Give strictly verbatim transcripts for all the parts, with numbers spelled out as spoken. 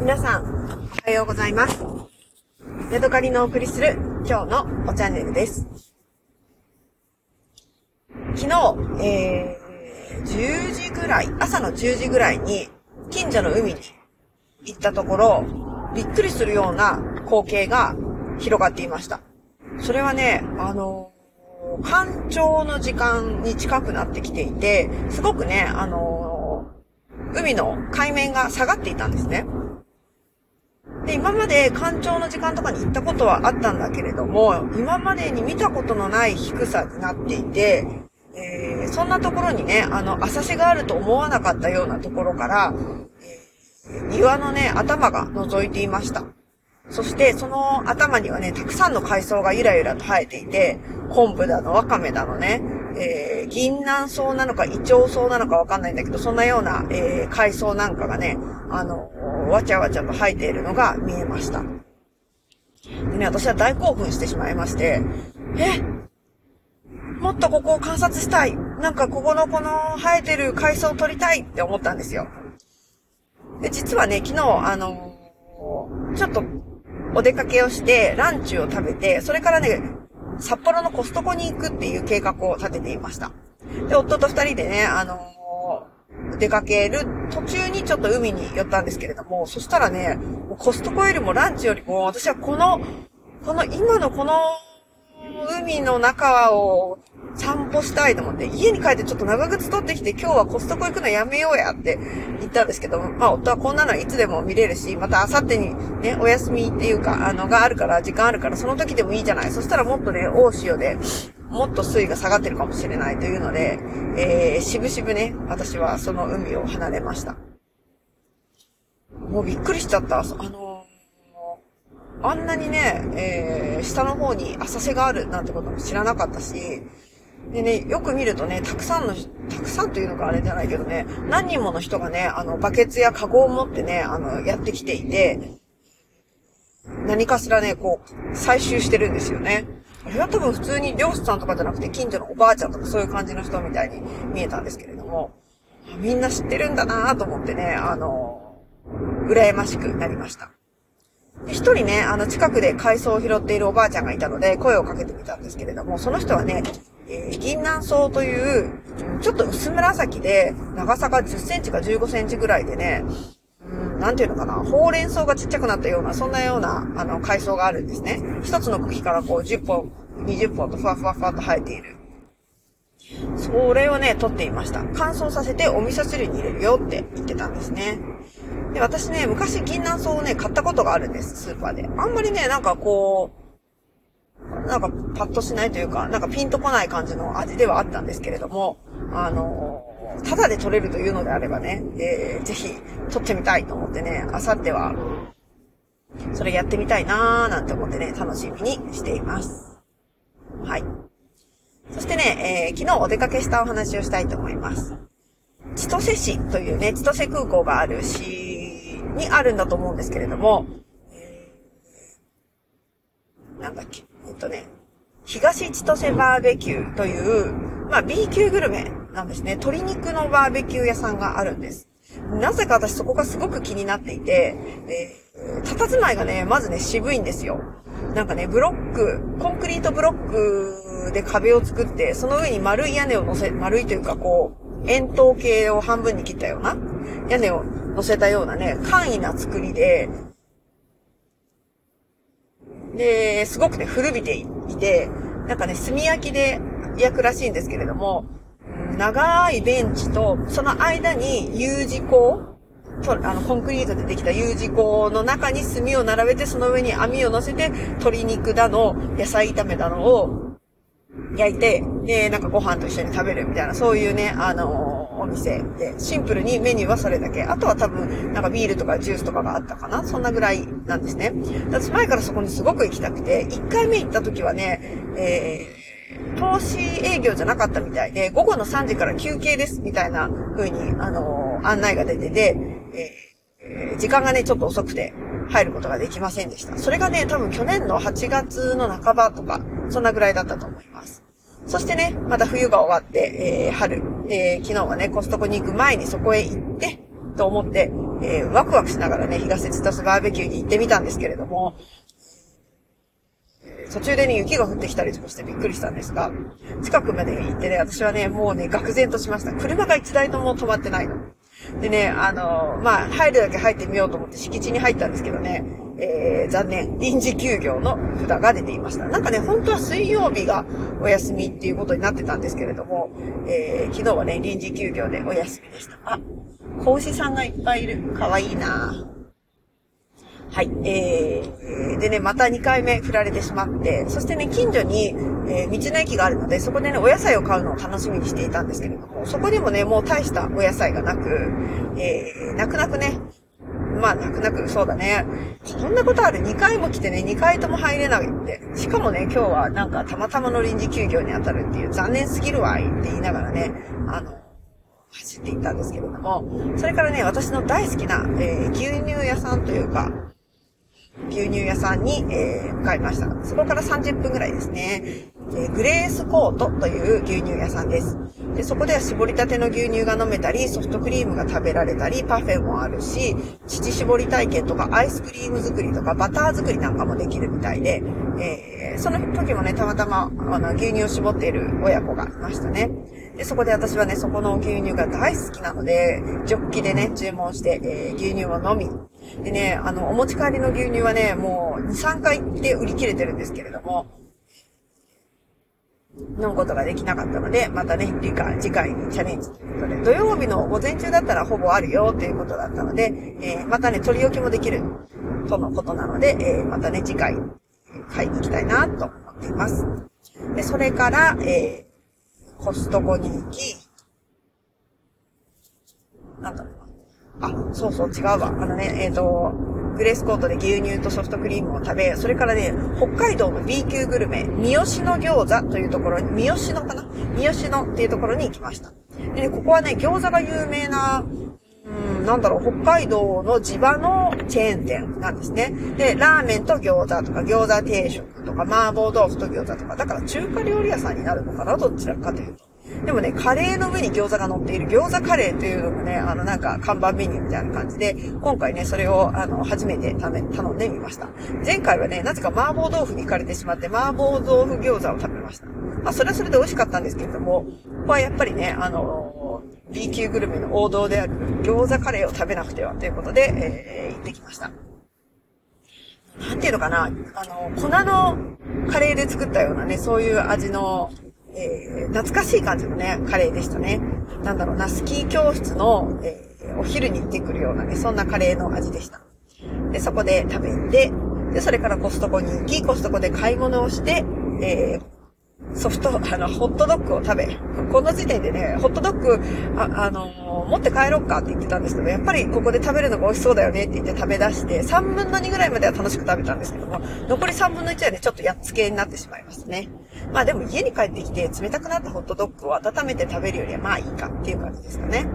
皆さん、おはようございます。ヤドカリのお送りする今日のおチャンネルです。昨日、えー、じゅうじぐらい、朝のじゅうじぐらいに近所の海に行ったところ、びっくりするような光景が広がっていました。それはね、あのー、干潮の時間に近くなってきていて、すごくね、あのー、海の海面が下がっていたんですね。で、今まで干潮の時間とかに行ったことはあったんだけれども、今までに見たことのない低さになっていて、えー、そんなところにね、あの、浅瀬があると思わなかったようなところから、えー、岩のね、頭が覗いていました。そして、その頭にはね、たくさんの海藻がゆらゆらと生えていて、昆布だの、ワカメだのね、えー、銀杏草なのか、イチョウ草なのかわかんないんだけど、そんなような、えー、海藻なんかがね、あの、わちゃわちゃと生えているのが見えました。でね、私は大興奮してしまいまして、えもっとここを観察したい。なんかここのこの生えてる海藻を撮りたいって思ったんですよ。で、実はね、昨日、あのー、ちょっとお出かけをしてランチを食べて、それからね、札幌のコストコに行くっていう計画を立てていました。で、夫と二人でね、あのー、出かける途中にちょっと海に寄ったんですけれども、そしたらね、コストコよりもランチよりも、私はこの、この今のこの海の中を散歩したいと思って、家に帰ってちょっと長靴取ってきて、今日はコストコ行くのやめようやって言ったんですけど、まあ夫はこんなのはいつでも見れるし、また明後日にね、お休みっていうか、あの、があるから、時間あるから、その時でもいいじゃない。そしたらもっとね、大潮で、もっと水位が下がってるかもしれないというので、えー、しぶしぶね、私はその海を離れました。もうびっくりしちゃった。あのー、あんなにね、えー、下の方に浅瀬があるなんてことも知らなかったし、でね、よく見るとね、たくさんの、たくさんというのかあれじゃないけどね、何人もの人がね、あの、バケツやカゴを持ってね、あの、やってきていて、何かしらね、こう、採集してるんですよね。あれは多分普通に漁師さんとかじゃなくて近所のおばあちゃんとかそういう感じの人みたいに見えたんですけれども、みんな知ってるんだなぁと思ってね、あの、羨ましくなりました。一人ね、あの近くで海藻を拾っているおばあちゃんがいたので声をかけてみたんですけれども、その人はね、えー、銀杏草という、ちょっと薄紫で長さがじゅっセンチかじゅうごセンチぐらいでね、うん、なんていうのかな、ほうれん草がちっちゃくなったような、そんなような、あの、海藻があるんですね。一つの茎からこう、じゅっぽん、にじゅっぽんとふわふわふわと生えている。それをね、取っていました。乾燥させてお味噌汁に入れるよって言ってたんですね。で、私ね、昔銀杏草をね、買ったことがあるんです、スーパーで。あんまりね、なんかこう、なんかパッとしないというか、なんかピンとこない感じの味ではあったんですけれども、あの、ただで取れるというのであればね、えー、ぜひ取ってみたいと思ってね、あさっては、それやってみたいなーなんて思ってね、楽しみにしています。はい。そしてね、えー、昨日お出かけしたお話をしたいと思います。千歳市というね、千歳空港がある市にあるんだと思うんですけれども、えー、なんだっけ、えっとね、東千歳バーベキューという、まあ B 級グルメなんですね。鶏肉のバーベキュー屋さんがあるんです。なぜか私そこがすごく気になっていて、えー、佇まいがね、まずね、渋いんですよ。なんかね、ブロック、コンクリートブロックで壁を作って、その上に丸い屋根を乗せ、丸いというかこう、円筒形を半分に切ったような屋根を乗せたようなね、簡易な作りで、で、すごくね、古びていて、なんかね、炭焼きで焼くらしいんですけれども、長いベンチと、その間に U 字工、あの、コンクリートでできた U 字工の中に炭を並べて、その上に網を乗せて、鶏肉だの、野菜炒めだのを焼いて、で、なんかご飯と一緒に食べるみたいな、そういうね、あのー、お店で、シンプルにメニューはそれだけ。あとは多分、なんかビールとかジュースとかがあったかな。そんなぐらいなんですね。私前からそこにすごく行きたくて、いっかいめ行った時はね、えー、投資営業じゃなかったみたいで、午後のさんじから休憩です、みたいな風に、あのー、案内が出てて、えー、時間がね、ちょっと遅くて、入ることができませんでした。それがね、多分去年のはちがつの半ばとか、そんなぐらいだったと思います。そしてね、また冬が終わって、えー、春、えー、昨日はね、コストコに行く前にそこへ行って、と思って、 えー、ワクワクしながらね、東鉄タスバーベキューに行ってみたんですけれども、途中でね、雪が降ってきたりとかしてびっくりしたんですが、近くまで行ってね、私はね、もうね、愕然としました。車が一台とも止まってないの。でね、あのー、まあ、入るだけ入ってみようと思って敷地に入ったんですけどね、えー、残念、臨時休業の札が出ていました。なんかね、本当は水曜日がお休みっていうことになってたんですけれども、えー、昨日はね、臨時休業でお休みでした。あ、子牛さんがいっぱいいる。かわいいなぁ。はい。えー、でね、またにかいめ振られてしまって、そしてね、近所に、えー、道の駅があるので、そこでね、お野菜を買うのを楽しみにしていたんですけれども、そこでもね、もう大したお野菜がなく、えー、泣く泣くね、まあ、泣く泣く、そうだね。こんなことある。にかいも来てね、にかいとも入れないって。しかもね、今日はなんかたまたまの臨時休業に当たるっていう、残念すぎるわいって言いながらね、あの、走っていったんですけれども、それからね、私の大好きな、えー、牛乳屋さんというか、牛乳屋さんに、えー、向かいました。そこからさんじゅっぷんぐらいですね。えー、グレースコートという牛乳屋さんです。で、そこでは絞りたての牛乳が飲めたり、ソフトクリームが食べられたり、パフェもあるし、乳搾り体験とか、アイスクリーム作りとか、バター作りなんかもできるみたいで、えー、その時もね、たまたま、あの、牛乳を絞っている親子がいましたね。で、そこで私はね、そこの牛乳が大好きなので、ジョッキでね、注文して、えー、牛乳を飲み、でね、あの、お持ち帰りの牛乳はね、もうに、さんかい行って売り切れてるんですけれども、飲むことができなかったので、またね、次回、次回にチャレンジということで、土曜日の午前中だったらほぼあるよということだったので、えー、またね、取り置きもできるとのことなので、えー、またね、次回、買いに行きたいなと思っています。で、それから、えー、コストコに行き、なんだろうな。あ、そうそう、違うわ。あのね、えっと、グレースコートで牛乳とソフトクリームを食べ、それからね、北海道の B 級グルメ、三好の餃子というところに、三好のかな三好のっていうところに行きました。でね、ここはね、餃子が有名な、うん、なんだろう、北海道の地場のチェーン店なんですね。で、ラーメンと餃子とか、餃子定食とか、麻婆豆腐と餃子とか、だから中華料理屋さんになるのかな、どちらかというと。でもね、カレーの上に餃子が乗っている餃子カレーというのがね、あのなんか看板メニューみたいな感じで、今回ね、それをあの初めて頼んでみました。前回はね、なぜか麻婆豆腐に行かれてしまって、麻婆豆腐餃子を食べました。まあ、それはそれで美味しかったんですけれども、ここはやっぱりね、あの、B 級グルメの王道である餃子カレーを食べなくてはということで、えー、行ってきました。なんていうのかな、あの、粉のカレーで作ったようなね、そういう味の、えー、懐かしい感じのね、カレーでしたね。なんだろうな、スキー教室の、えー、お昼に行ってくるようなね、そんなカレーの味でした。で、そこで食べて、で、それからコストコに行き、コストコで買い物をして、えー、ソフト、あの、ホットドッグを食べ、この時点でね、ホットドッグ、あ、あのー、持って帰ろうかって言ってたんですけど、やっぱりここで食べるのが美味しそうだよねって言って食べ出して、さんぶんのにぐらいまでは楽しく食べたんですけども、残りさんぶんのいちはね、ちょっとやっつけになってしまいましたね。まあでも家に帰ってきて冷たくなったホットドッグを温めて食べるよりはまあいいかっていう感じですかね。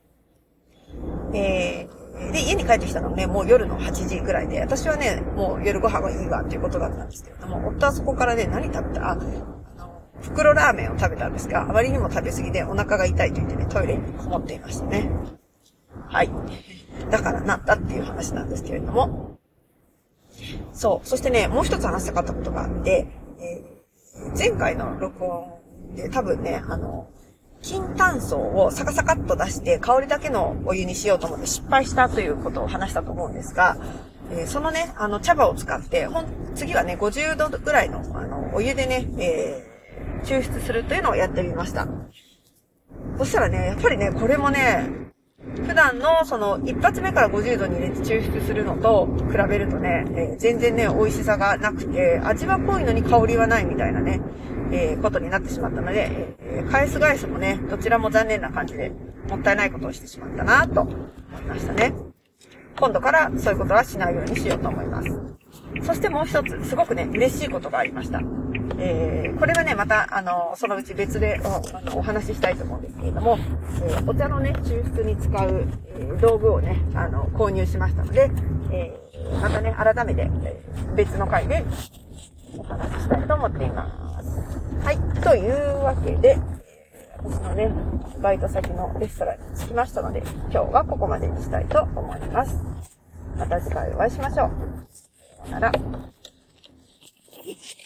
えー、で、家に帰ってきたのはね、もう夜のはちじぐらいで、私はね、もう夜ご飯はいいわっていうことだったんですけれども、夫はそこからね、何食べたあ袋ラーメンを食べたんですが、あまりにも食べ過ぎでお腹が痛いと言ってね、トイレにこもっていましたね。はい。だからなったっていう話なんですけれども。そう。そしてね、もう一つ話したかったことがあって、えー、前回の録音で多分ね、あの、金炭素をサカサカっと出して香りだけのお湯にしようと思って失敗したということを話したと思うんですが、えー、そのね、あの茶葉を使って、ほん、次はね、ごじゅうどぐらいの、あの、お湯でね、えー抽出するというのをやってみました。そしたらね、やっぱりね、これもね、普段のその一発目からごじゅうどに入れて抽出するのと比べるとね、えー、全然ね、美味しさがなくて、味は濃いのに香りはないみたいなね、えー、ことになってしまったので、えー、返す返すもね、どちらも残念な感じで、もったいないことをしてしまったなと思いましたね。今度からそういうことはしないようにしようと思います。そしてもう一つ、すごくね、嬉しいことがありました。えー、これはね、また、あの、そのうち別で お, あのお話ししたいと思うんですけれども、えー、お茶のね、抽出に使う、えー、道具をね、あの、購入しましたので、えー、またね、改めて、えー、別の回でお話ししたいと思っています。はい、というわけで、 私のね、バイト先のレストランに着きましたので、今日はここまでにしたいと思います。また次回お会いしましょう。さようなら。